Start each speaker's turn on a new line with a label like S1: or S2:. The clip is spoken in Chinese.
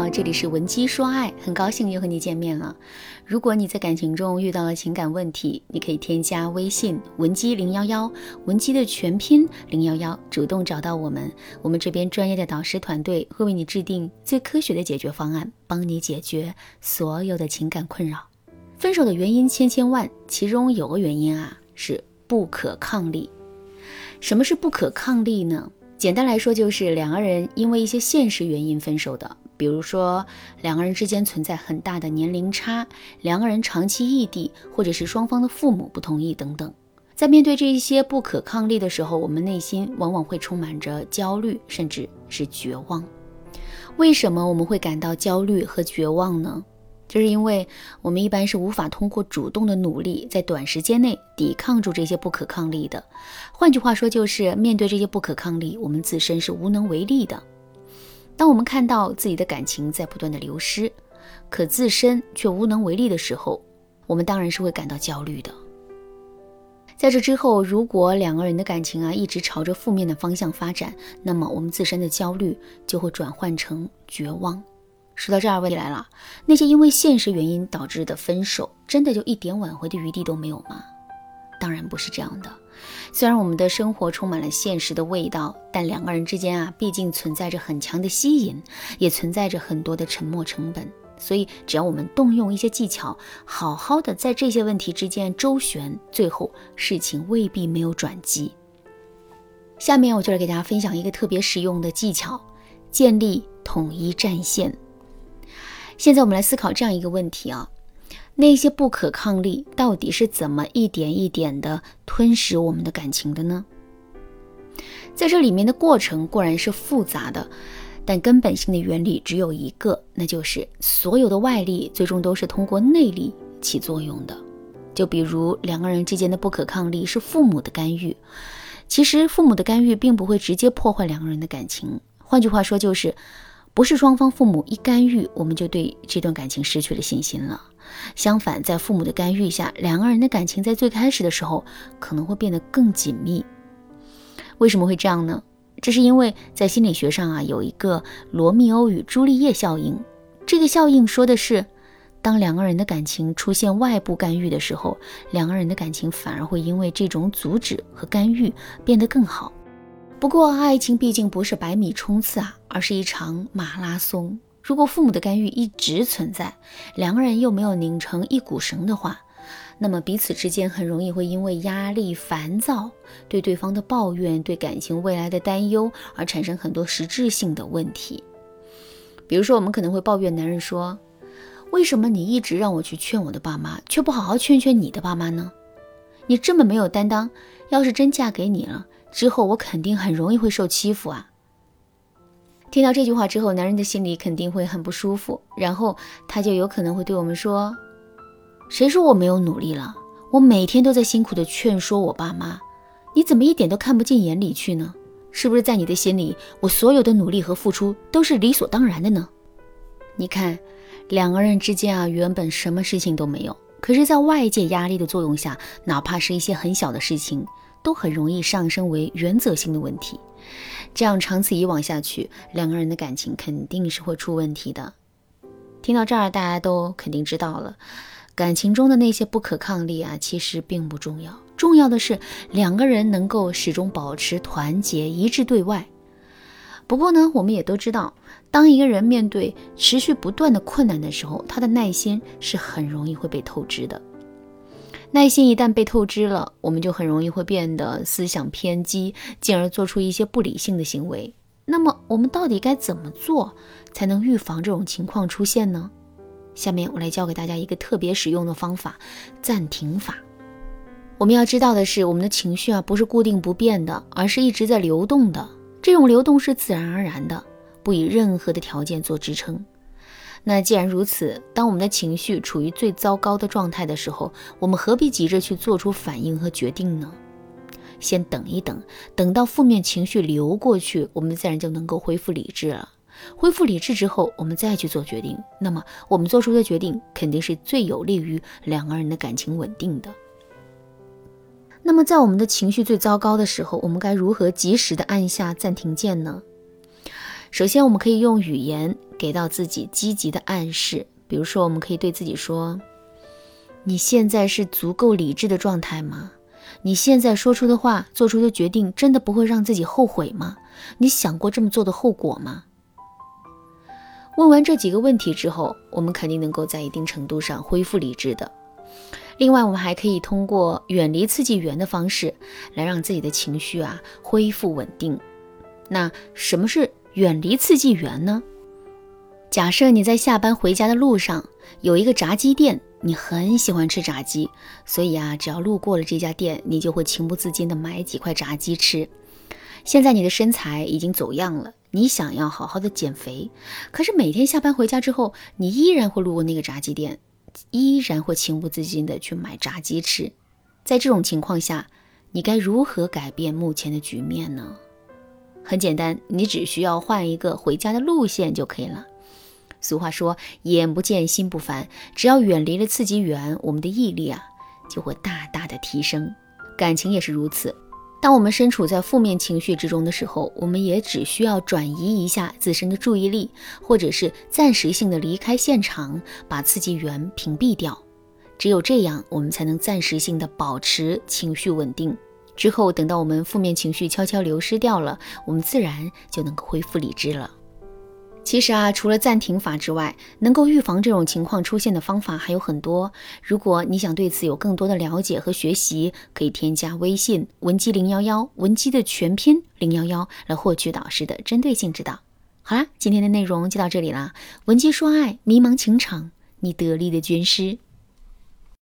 S1: 好，这里是文姬说爱，很高兴又和你见面了。如果你在感情中遇到了情感问题，你可以添加微信文姬011，文姬的全拼011，主动找到我们，我们这边专业的导师团队会为你制定最科学的解决方案，帮你解决所有的情感困扰。分手的原因千万，其中有个原因是不可抗力。什么是不可抗力呢？简单来说就是两个人因为一些现实原因分手的，比如说两个人之间存在很大的年龄差，两个人长期异地，或者是双方的父母不同意等等。在面对这一些不可抗力的时候，我们内心往往会充满着焦虑，甚至是绝望。为什么我们会感到焦虑和绝望呢？就是因为我们一般是无法通过主动的努力在短时间内抵抗住这些不可抗力的。换句话说，就是面对这些不可抗力，我们自身是无能为力的。当我们看到自己的感情在不断的流失，可自身却无能为力的时候，我们当然是会感到焦虑的。在这之后，如果两个人的感情一直朝着负面的方向发展，那么我们自身的焦虑就会转换成绝望。说到这儿问题来了，那些因为现实原因导致的分手，真的就一点挽回的余地都没有吗？当然不是这样的。虽然我们的生活充满了现实的味道，但两个人之间毕竟存在着很强的吸引，也存在着很多的沉没成本。所以只要我们动用一些技巧，好好的在这些问题之间周旋，最后事情未必没有转机。下面我就来给大家分享一个特别实用的技巧，建立统一战线。现在我们来思考这样一个问题那些不可抗力到底是怎么一点一点的吞噬我们的感情的呢？在这里面的过程固然是复杂的，但根本性的原理只有一个，那就是所有的外力最终都是通过内力起作用的。就比如两个人之间的不可抗力是父母的干预，其实父母的干预并不会直接破坏两个人的感情，换句话说就是不是双方父母一干预，我们就对这段感情失去了信心了。相反，在父母的干预下，两个人的感情在最开始的时候可能会变得更紧密。为什么会这样呢？这是因为在心理学上有一个罗密欧与朱丽叶效应。这个效应说的是，当两个人的感情出现外部干预的时候，两个人的感情反而会因为这种阻止和干预变得更好。不过爱情毕竟不是百米冲刺而是一场马拉松。如果父母的干预一直存在，两个人又没有拧成一股绳的话，那么彼此之间很容易会因为压力、烦躁，对对方的抱怨，对感情未来的担忧而产生很多实质性的问题。比如说我们可能会抱怨男人说，为什么你一直让我去劝我的爸妈，却不好好劝劝你的爸妈呢？你这么没有担当，要是真嫁给你了之后，我肯定很容易会受欺负听到这句话之后，男人的心里肯定会很不舒服，然后他就有可能会对我们说，谁说我没有努力了？我每天都在辛苦的劝说我爸妈，你怎么一点都看不进眼里去呢？是不是在你的心里，我所有的努力和付出都是理所当然的呢？你看，两个人之间原本什么事情都没有，可是在外界压力的作用下，哪怕是一些很小的事情，都很容易上升为原则性的问题。这样长此以往下去，两个人的感情肯定是会出问题的。听到这儿，大家都肯定知道了，感情中的那些不可抗力其实并不重要，重要的是两个人能够始终保持团结一致对外。不过呢，我们也都知道，当一个人面对持续不断的困难的时候，他的耐心是很容易会被透支的。耐心一旦被透支了，我们就很容易会变得思想偏激，进而做出一些不理性的行为。那么我们到底该怎么做才能预防这种情况出现呢？下面我来教给大家一个特别实用的方法，暂停法。我们要知道的是，我们的情绪不是固定不变的，而是一直在流动的。这种流动是自然而然的，不以任何的条件做支撑。那既然如此，当我们的情绪处于最糟糕的状态的时候，我们何必急着去做出反应和决定呢？先等一等，等到负面情绪流过去，我们自然就能够恢复理智了。恢复理智之后，我们再去做决定，那么我们做出的决定肯定是最有利于两个人的感情稳定的。那么在我们的情绪最糟糕的时候，我们该如何及时的按下暂停键呢？ 首先我们可以用语言给到自己积极的暗示，比如说我们可以对自己说，你现在是足够理智的状态吗？你现在说出的话，做出的决定真的不会让自己后悔吗？你想过这么做的后果吗？问完这几个问题之后，我们肯定能够在一定程度上恢复理智的。另外我们还可以通过远离刺激源的方式来让自己的情绪恢复稳定。那什么是远离刺激源呢？假设你在下班回家的路上有一个炸鸡店，你很喜欢吃炸鸡，所以只要路过了这家店，你就会情不自禁地买几块炸鸡吃。现在你的身材已经走样了，你想要好好的减肥，可是每天下班回家之后，你依然会路过那个炸鸡店，依然会情不自禁地去买炸鸡吃。在这种情况下，你该如何改变目前的局面呢？很简单，你只需要换一个回家的路线就可以了。俗话说，眼不见心不烦，只要远离了刺激源，我们的毅力就会大大的提升。感情也是如此，当我们身处在负面情绪之中的时候，我们也只需要转移一下自身的注意力，或者是暂时性的离开现场，把刺激源屏蔽掉。只有这样，我们才能暂时性的保持情绪稳定。之后等到我们负面情绪悄悄流失掉了，我们自然就能够恢复理智了。其实除了暂停法之外，能够预防这种情况出现的方法还有很多。如果你想对此有更多的了解和学习，可以添加微信文姬011，文姬的全拼011，来获取导师的针对性指导。好啦，今天的内容就到这里啦。文姬说爱，迷茫情场，你得力的军师。